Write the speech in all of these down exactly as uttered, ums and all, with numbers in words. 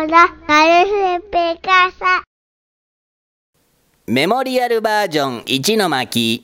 ーラガルフペカサメモリアルバージョンいちの巻。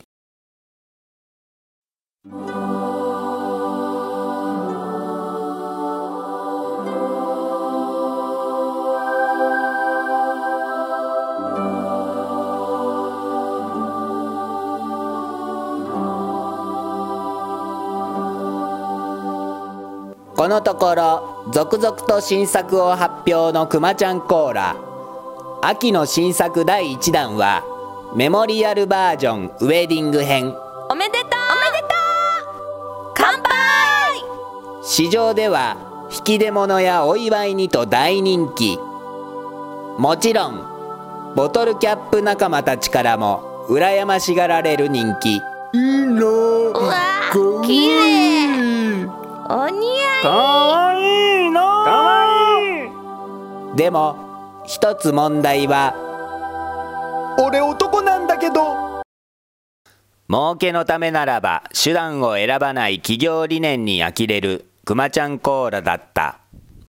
このところ続々と新作を発表のくまちゃんコーラ。秋の新作だいいちだんはメモリアルバージョンウェディング編。 おめでとうおめでとう乾杯。 市場では引き出物やお祝いにと大人気。もちろんボトルキャップ仲間たちからも羨ましがられる人気。 いいなうわーきれい。お似合い。 かわいいなかわいい。 でも一つ問題は、 俺男なんだけど。 儲けのためならば手段を選ばない企業理念に呆れるくまちゃんコーラだった。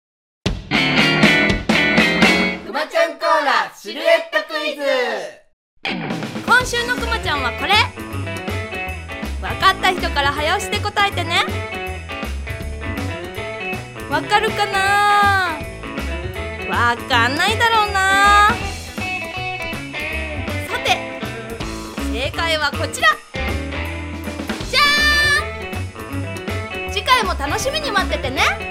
くまちゃんコーラシルエットクイズ。 今週のくまちゃんはこれ。わかった人から早押しで答えてね。わかるかな？わかんないだろうな。さて正解はこちら。じゃーん。次回も楽しみに待っててね。